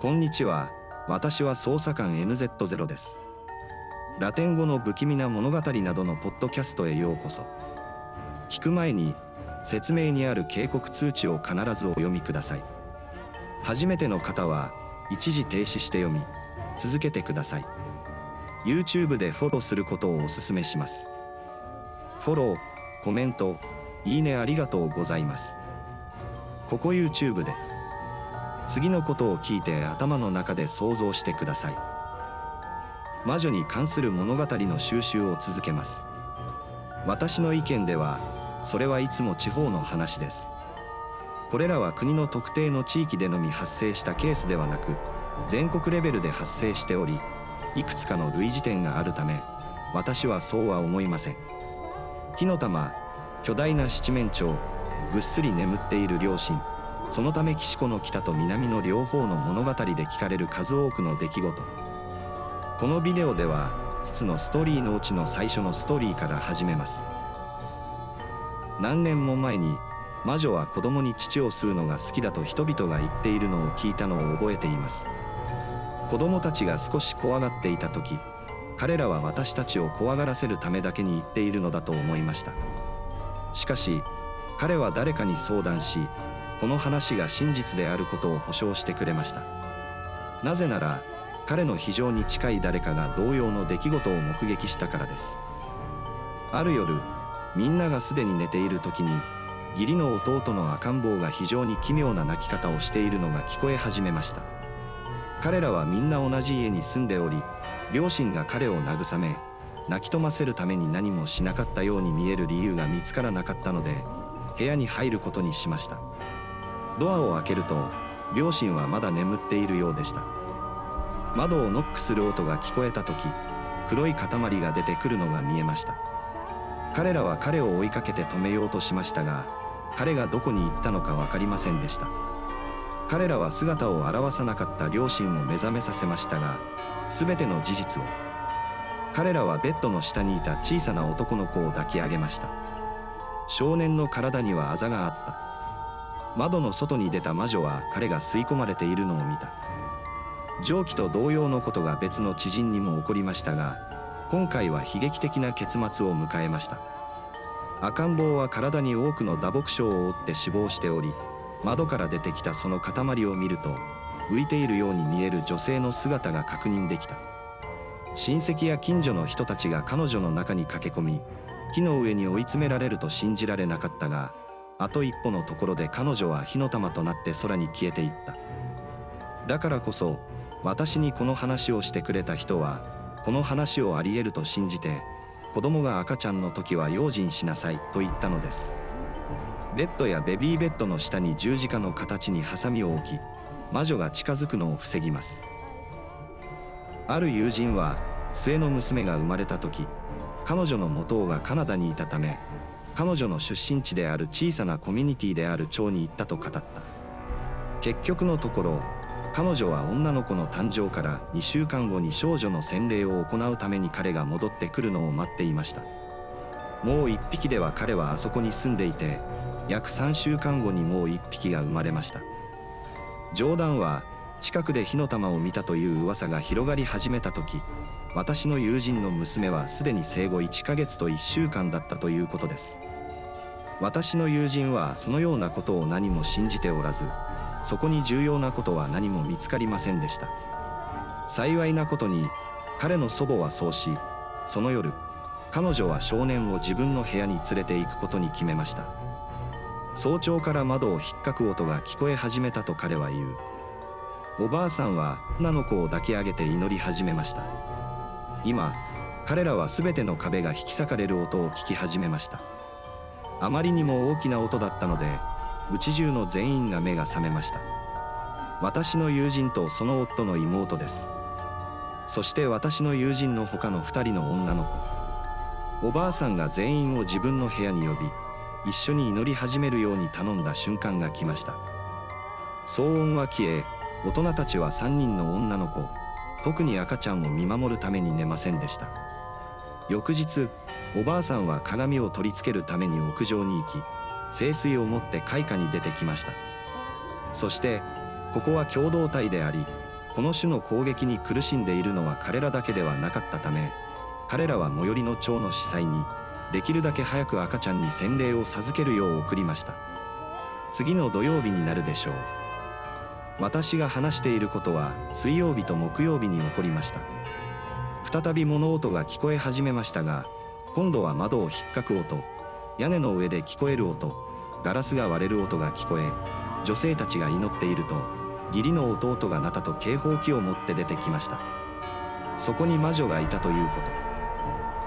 こんにちは。私は捜査官 NZ0 です。ラテン語の不気味な物語などのポッドキャストへようこそ。聞く前に説明にある警告通知を必ずお読みください。初めての方は一時停止して読み続けてください。YouTube でフォローすることをお勧めします。フォロー、コメント、いいねありがとうございます。ここ YouTube で次のことを聞いて頭の中で想像してください。魔女に関する物語の収集を続けます。私の意見では、それはいつも地方の話です。これらは国の特定の地域でのみ発生したケースではなく、全国レベルで発生しており、いくつかの類似点があるため、私はそうは思いません。火の玉、巨大な七面鳥、ぐっすり眠っている両親、そのため岸子の北と南の両方の物語で聞かれる数多くの出来事。このビデオでは、5つのストーリーのうちの最初のストーリーから始めます。何年も前に、魔女は子供に乳を吸うのが好きだと人々が言っているのを聞いたのを覚えています。子供たちが少し怖がっていた時、彼らは私たちを怖がらせるためだけに言っているのだと思いました。しかし、彼は誰かに相談し、この話が真実であることを保証してくれました。なぜなら、彼の非常に近い誰かが同様の出来事を目撃したからです。ある夜、みんながすでに寝ている時に、義理の弟の赤ん坊が非常に奇妙な泣き方をしているのが聞こえ始めました。彼らはみんな同じ家に住んでおり、両親が彼を慰め、泣き止ませるために何もしなかったように見える理由が見つからなかったので、部屋に入ることにしました。ドアを開けると、両親はまだ眠っているようでした。窓をノックする音が聞こえた時、黒い塊が出てくるのが見えました。彼らは彼を追いかけて止めようとしましたが、彼がどこに行ったのか分かりませんでした。彼らは姿を現さなかった両親を目覚めさせましたが、全ての事実を。彼らはベッドの下にいた小さな男の子を抱き上げました。少年の体にはあざがあった。窓の外に出た魔女は彼が吸い込まれているのを見た。上記と同様のことが別の知人にも起こりましたが、今回は悲劇的な結末を迎えました。赤ん坊は体に多くの打撲傷を負って死亡しており、窓から出てきたその塊を見ると、浮いているように見える女性の姿が確認できた。親戚や近所の人たちが彼女の中に駆け込み、木の上に追い詰められると信じられなかったが、あと一歩のところで彼女は火の玉となって空に消えていった。だからこそ、私にこの話をしてくれた人は、この話をあり得ると信じて、子供が赤ちゃんの時は用心しなさいと言ったのです。ベッドやベビーベッドの下に十字架の形にハサミを置き、魔女が近づくのを防ぎます。ある友人は、末の娘が生まれた時、彼女の元がカナダにいたため、彼女の出身地である小さなコミュニティである町に行ったと語った。結局のところ、彼女は女の子の誕生から2週間後に少女の洗礼を行うために彼が戻ってくるのを待っていました。もう1匹では彼はあそこに住んでいて、約3週間後にもう1匹が生まれました。冗談は、近くで火の玉を見たという噂が広がり始めた時、私の友人の娘はすでに生後1ヶ月と1週間だったということです。私の友人はそのようなことを何も信じておらず、そこに重要なことは何も見つかりませんでした。幸いなことに、彼の祖母はそうし、その夜、彼女は少年を自分の部屋に連れて行くことに決めました。早朝から窓をひっかく音が聞こえ始めたと彼は言う。おばあさんは女の子を抱き上げて祈り始めました。今、彼らは全ての壁が引き裂かれる音を聞き始めました。あまりにも大きな音だったので、家中の全員が目が覚めました。私の友人とその夫の妹です。そして私の友人の他の2人の女の子。おばあさんが全員を自分の部屋に呼び、一緒に祈り始めるように頼んだ瞬間が来ました。騒音は消え、大人たちは3人の女の子、特に赤ちゃんを見守るために寝ませんでした。翌日、おばあさんは鏡を取り付けるために屋上に行き、聖水を持って開花に出てきました。そして、ここは共同体であり、 この種の攻撃に苦しんでいるのは彼らだけではなかったため、彼らは最寄りの町の司祭にできるだけ早く赤ちゃんに洗礼を授けるよう送りました。次の土曜日になるでしょう。私が話していることは水曜日と木曜日に起こりました。再び物音が聞こえ始めましたが、今度は窓をひっかく音、屋根の上で聞こえる音、ガラスが割れる音が聞こえ、女性たちが祈っていると、義理の弟がナタと警報器を持って出てきました。そこに魔女がいたということ。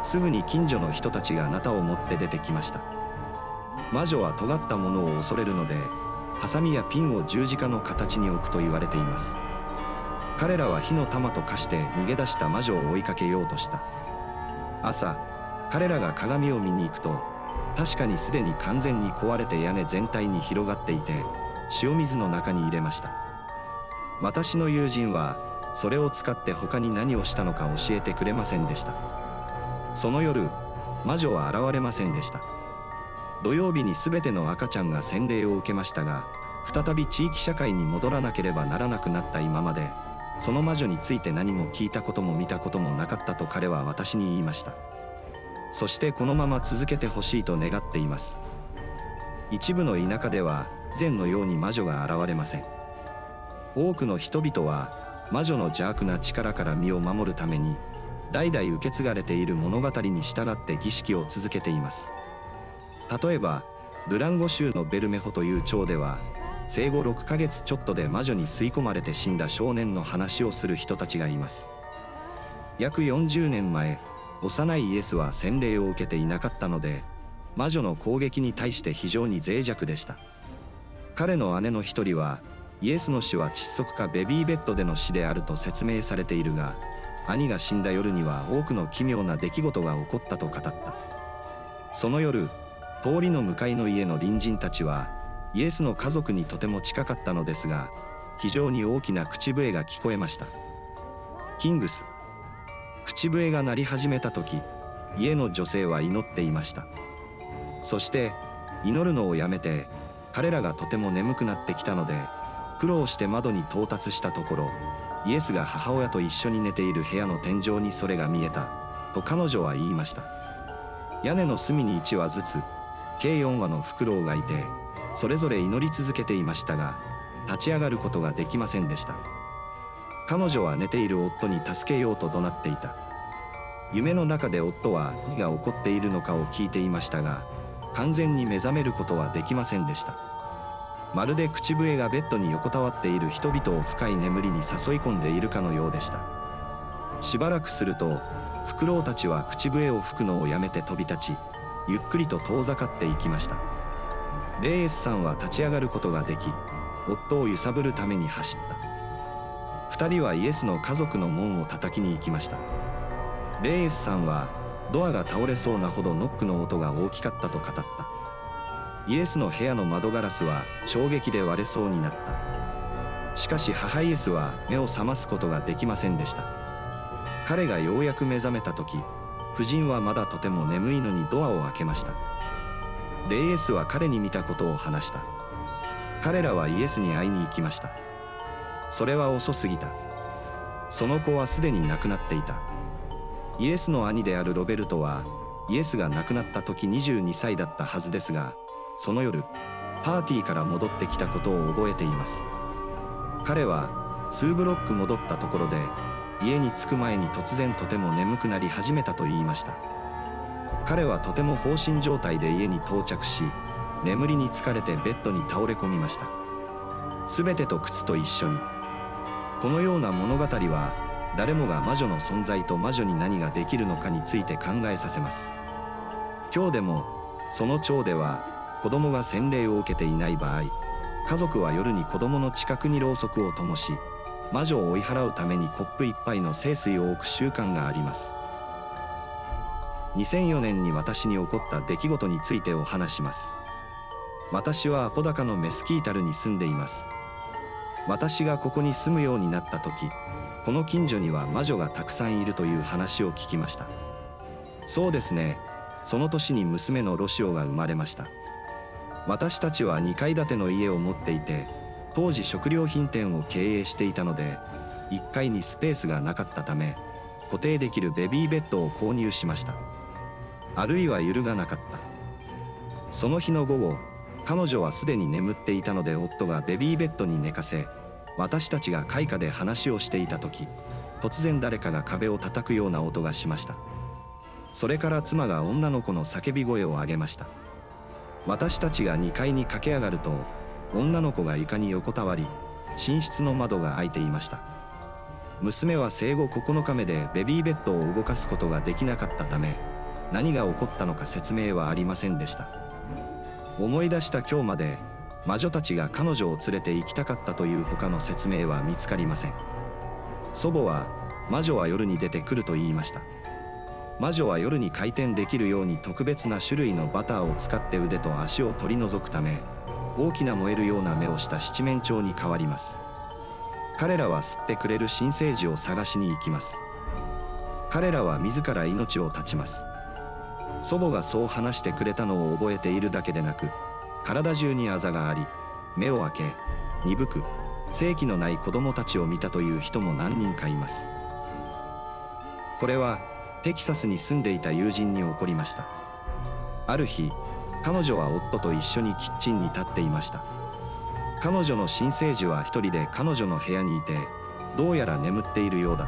すぐに近所の人たちがナタを持って出てきました。魔女は尖ったものを恐れるので、ハサミやピンを十字架の形に置くと言われています。彼らは火の玉と化して逃げ出した魔女を追いかけようとした。朝、彼らが鏡を見に行くと、確かにすでに完全に壊れて屋根全体に広がっていて、塩水の中に入れました。私の友人は、それを使って他に何をしたのか教えてくれませんでした。その夜、魔女は現れませんでした。土曜日に全ての赤ちゃんが洗礼を受けましたが、再び地域社会に戻らなければならなくなった今まで、その魔女について何も聞いたことも見たこともなかったと彼は私に言いました。そしてこのまま続けてほしいと願っています。一部の田舎では以前のように魔女が現れません。多くの人々は魔女の邪悪な力から身を守るために代々受け継がれている物語に従って儀式を続けています。例えばドゥランゴ州のベルメホという町では生後6ヶ月ちょっとで魔女に吸い込まれて死んだ少年の話をする人たちがいます。約40年前、幼いイエスは洗礼を受けていなかったので、魔女の攻撃に対して非常に脆弱でした。彼の姉の一人は、イエスの死は窒息かベビーベッドでの死であると説明されているが、兄が死んだ夜には多くの奇妙な出来事が起こったと語った。その夜、通りの向かいの家の隣人たちは、イエスの家族にとても近かったのですが、非常に大きな口笛が聞こえました。キングス。口笛が鳴り始めた時、家の女性は祈っていました。そして祈るのをやめて、彼らがとても眠くなってきたので、苦労して窓に到達したところ、イエスが母親と一緒に寝ている部屋の天井にそれが見えたと彼女は言いました。屋根の隅に1羽ずつ、計4羽のフクロウがいて、それぞれ祈り続けていましたが、立ち上がることができませんでした。彼女は寝ている夫に助けようと怒鳴っていた。夢の中で夫は何が起こっているのかを聞いていましたが、完全に目覚めることはできませんでした。まるで口笛がベッドに横たわっている人々を深い眠りに誘い込んでいるかのようでした。しばらくすると、フクロウたちは口笛を吹くのをやめて飛び立ち、ゆっくりと遠ざかっていきました。レイエスさんは立ち上がることができ、夫を揺さぶるために走った。2人はイエスの家族の門を叩きに行きました。レイエスさんはドアが倒れそうなほどノックの音が大きかったと語った。イエスの部屋の窓ガラスは衝撃で割れそうになった。しかし母イエスは目を覚ますことができませんでした。彼がようやく目覚めた時、夫人はまだとても眠いのにドアを開けました。レイエスは彼に見たことを話した。彼らはイエスに会いに行きました。それは遅すぎた。その子はすでに亡くなっていた。イエスの兄であるロベルトは、イエスが亡くなった時22歳だったはずですが、その夜、パーティーから戻ってきたことを覚えています。彼は、数ブロック戻ったところで、家に着く前に突然とても眠くなり始めたと言いました。彼はとても放心状態で家に到着し、眠りに疲れてベッドに倒れ込みました。すべてと靴と一緒に。このような物語は、誰もが魔女の存在と魔女に何ができるのかについて考えさせます。今日でも、その町では、子供が洗礼を受けていない場合、家族は夜に子供の近くにろうそくを灯し、魔女を追い払うためにコップ一杯の聖水を置く習慣があります。2004年に私に起こった出来事についてお話します。私はアポダカのメスキータルに住んでいます。私がここに住むようになった時、この近所には魔女がたくさんいるという話を聞きました。そうですね。その年に娘のロシオが生まれました。私たちは2階建ての家を持っていて、当時食料品店を経営していたので、 1階にスペースがなかったため、固定できるベビーベッドを購入しました。あるいは揺るがなかった。その日の午後、彼女はすでに眠っていたので夫がベビーベッドに寝かせ、私たちが階下で話をしていた時、突然誰かが壁を叩くような音がしました。それから妻が女の子の叫び声を上げました。私たちが2階に駆け上がると、女の子が床に横たわり、寝室の窓が開いていました。娘は生後9日目でベビーベッドを動かすことができなかったため、何が起こったのか説明はありませんでした。思い出した今日まで、魔女たちが彼女を連れて行きたかったという他の説明は見つかりません。祖母は、魔女は夜に出てくると言いました。魔女は夜に回転できるように特別な種類のバターを使って腕と足を取り除くため、大きな燃えるような目をした七面鳥に変わります。彼らは吸ってくれる新生児を探しに行きます。彼らは自ら命を絶ちます。祖母がそう話してくれたのを覚えているだけでなく、体中にあざがあり、目を開け、鈍く、生気のない子供たちを見たという人も何人かいます。これは、テキサスに住んでいた友人に起こりました。ある日、彼女は夫と一緒にキッチンに立っていました。彼女の新生児は一人で彼女の部屋にいて、どうやら眠っているようだった。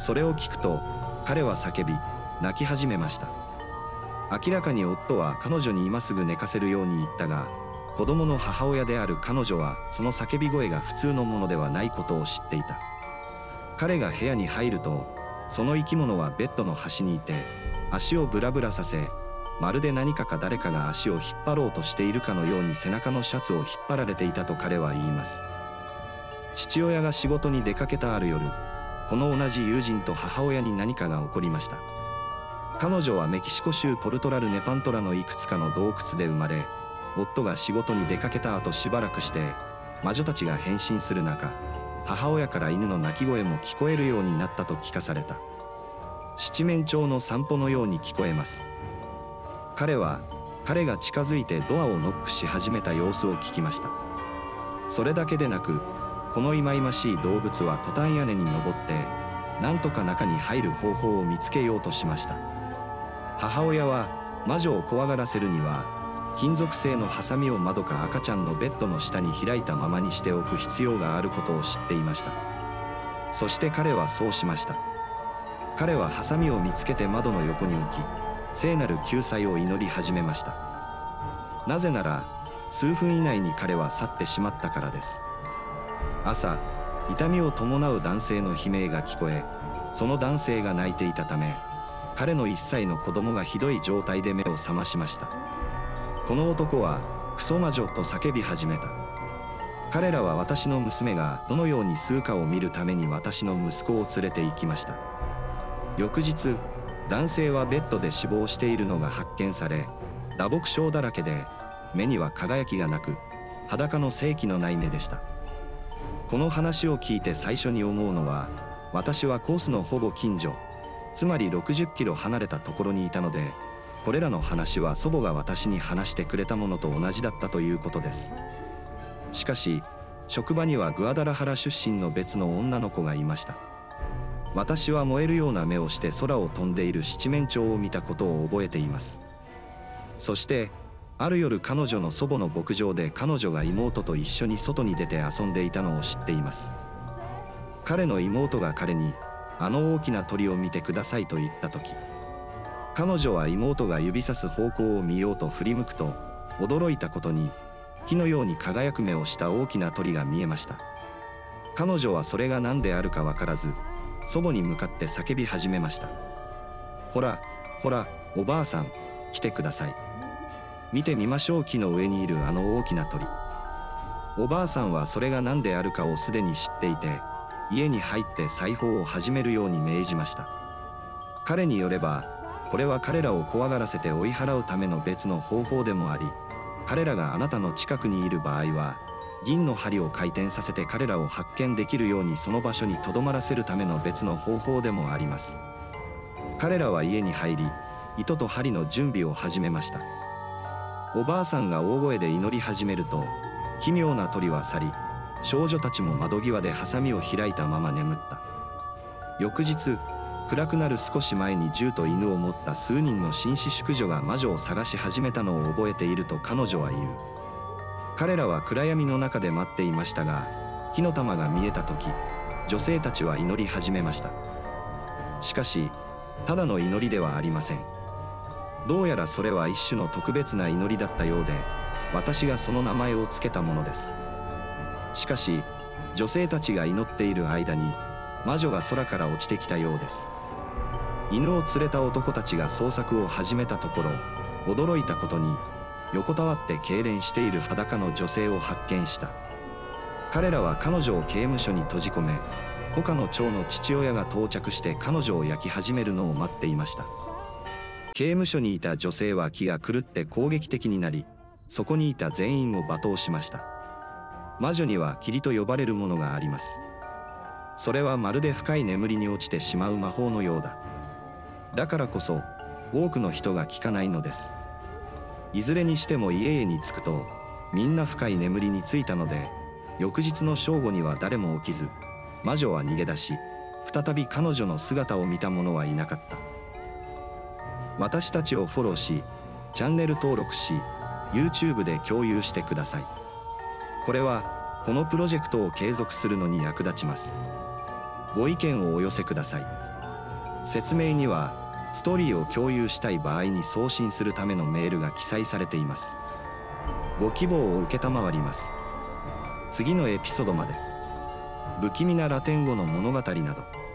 それを聞くと、彼は叫び、泣き始めました。明らかに夫は彼女に今すぐ寝かせるように言ったが、子供の母親である彼女はその叫び声が普通のものではないことを知っていた。彼が部屋に入ると、その生き物はベッドの端にいて、足をブラブラさせ、まるで何か誰かが足を引っ張ろうとしているかのように背中のシャツを引っ張られていたと彼は言います。父親が仕事に出かけたある夜、この同じ友人と母親に何かが起こりました。彼女はメキシコ州ポルトラルネパントラのいくつかの洞窟で生まれ、夫が仕事に出かけた後しばらくして、魔女たちが変身する中、母親から犬の鳴き声も聞こえるようになったと聞かされた。七面鳥の散歩のように聞こえます。彼は、彼が近づいてドアをノックし始めた様子を聞きました。それだけでなく、この忌々しい動物はトタン屋根に登って、なんとか中に入る方法を見つけようとしました。母親は、魔女を怖がらせるには、金属製のハサミを窓か赤ちゃんのベッドの下に開いたままにしておく必要があることを知っていました。そして彼はそうしました。彼はハサミを見つけて窓の横に置き、聖なる救済を祈り始めました。なぜなら、数分以内に彼は去ってしまったからです。朝、痛みを伴う男性の悲鳴が聞こえ、その男性が泣いていたため、彼の1歳の子供がひどい状態で目を覚ましました。この男は、クソ魔女と叫び始めた。彼らは私の娘がどのように吸うかを見るために私の息子を連れて行きました。翌日、男性はベッドで死亡しているのが発見され、打撲傷だらけで、目には輝きがなく、裸の生気のない目でした。この話を聞いて最初に思うのは、私はコースのほぼ近所、つまり60キロ離れたところにいたので、これらの話は祖母が私に話してくれたものと同じだったということです。しかし、職場にはグアダラハラ出身の別の女の子がいました。私は燃えるような目をして空を飛んでいる七面鳥を見たことを覚えています。そして、ある夜彼女の祖母の牧場で彼女が妹と一緒に外に出て遊んでいたのを知っています。彼の妹が彼に、あの大きな鳥を見てくださいと言ったとき、彼女は妹が指さす方向を見ようと振り向くと、驚いたことに、火のように輝く目をした大きな鳥が見えました。彼女はそれが何であるかわからず、祖母に向かって叫び始めました。ほら、ほら、おばあさん、来てください。見てみましょう、木の上にいるあの大きな鳥。おばあさんはそれが何であるかをすでに知っていて、家に入って裁縫を始めるように命じました。彼によれば、これは彼らを怖がらせて追い払うための別の方法でもあり、彼らがあなたの近くにいる場合は、銀の針を回転させて彼らを発見できるようにその場所に留まらせるための別の方法でもあります。彼らは家に入り、糸と針の準備を始めました。おばあさんが大声で祈り始めると、奇妙な鳥は去り、 少女たちも窓際でハサミを開いたまま眠った。翌日、暗くなる少し前に銃と犬を持った数人の紳士淑女が魔女を探し始めたのを覚えていると彼女は言う。彼らは暗闇の中で待っていましたが、火の玉が見えた時、女性たちは祈り始めました。しかし、ただの祈りではありません。どうやらそれは一種の特別な祈りだったようで、私がその名前を付けたものです。しかし、女性たちが祈っている間に、魔女が空から落ちてきたようです。犬を連れた男たちが捜索を始めたところ、驚いたことに、横たわって痙攣している裸の女性を発見した。彼らは彼女を刑務所に閉じ込め、他の蝶の父親が到着して彼女を焼き始めるのを待っていました。刑務所にいた女性は気が狂って攻撃的になり、そこにいた全員を罵倒しました。魔女には霧と呼ばれるものがあります。それはまるで深い眠りに落ちてしまう魔法のようだ。だからこそ、多くの人が聞かないのです。いずれにしても家々に着くと、みんな深い眠りについたので、翌日の正午には誰も起きず、魔女は逃げ出し、再び彼女の姿を見た者はいなかった。私たちをフォローし、チャンネル登録し、YouTube で共有してください。これは、このプロジェクトを継続するのに役立ちます。ご意見をお寄せください。説明には、ストーリーを共有したい場合に送信するためのメールが記載されています。ご希望を承ります。次のエピソードまで。不気味なラテン語の物語など。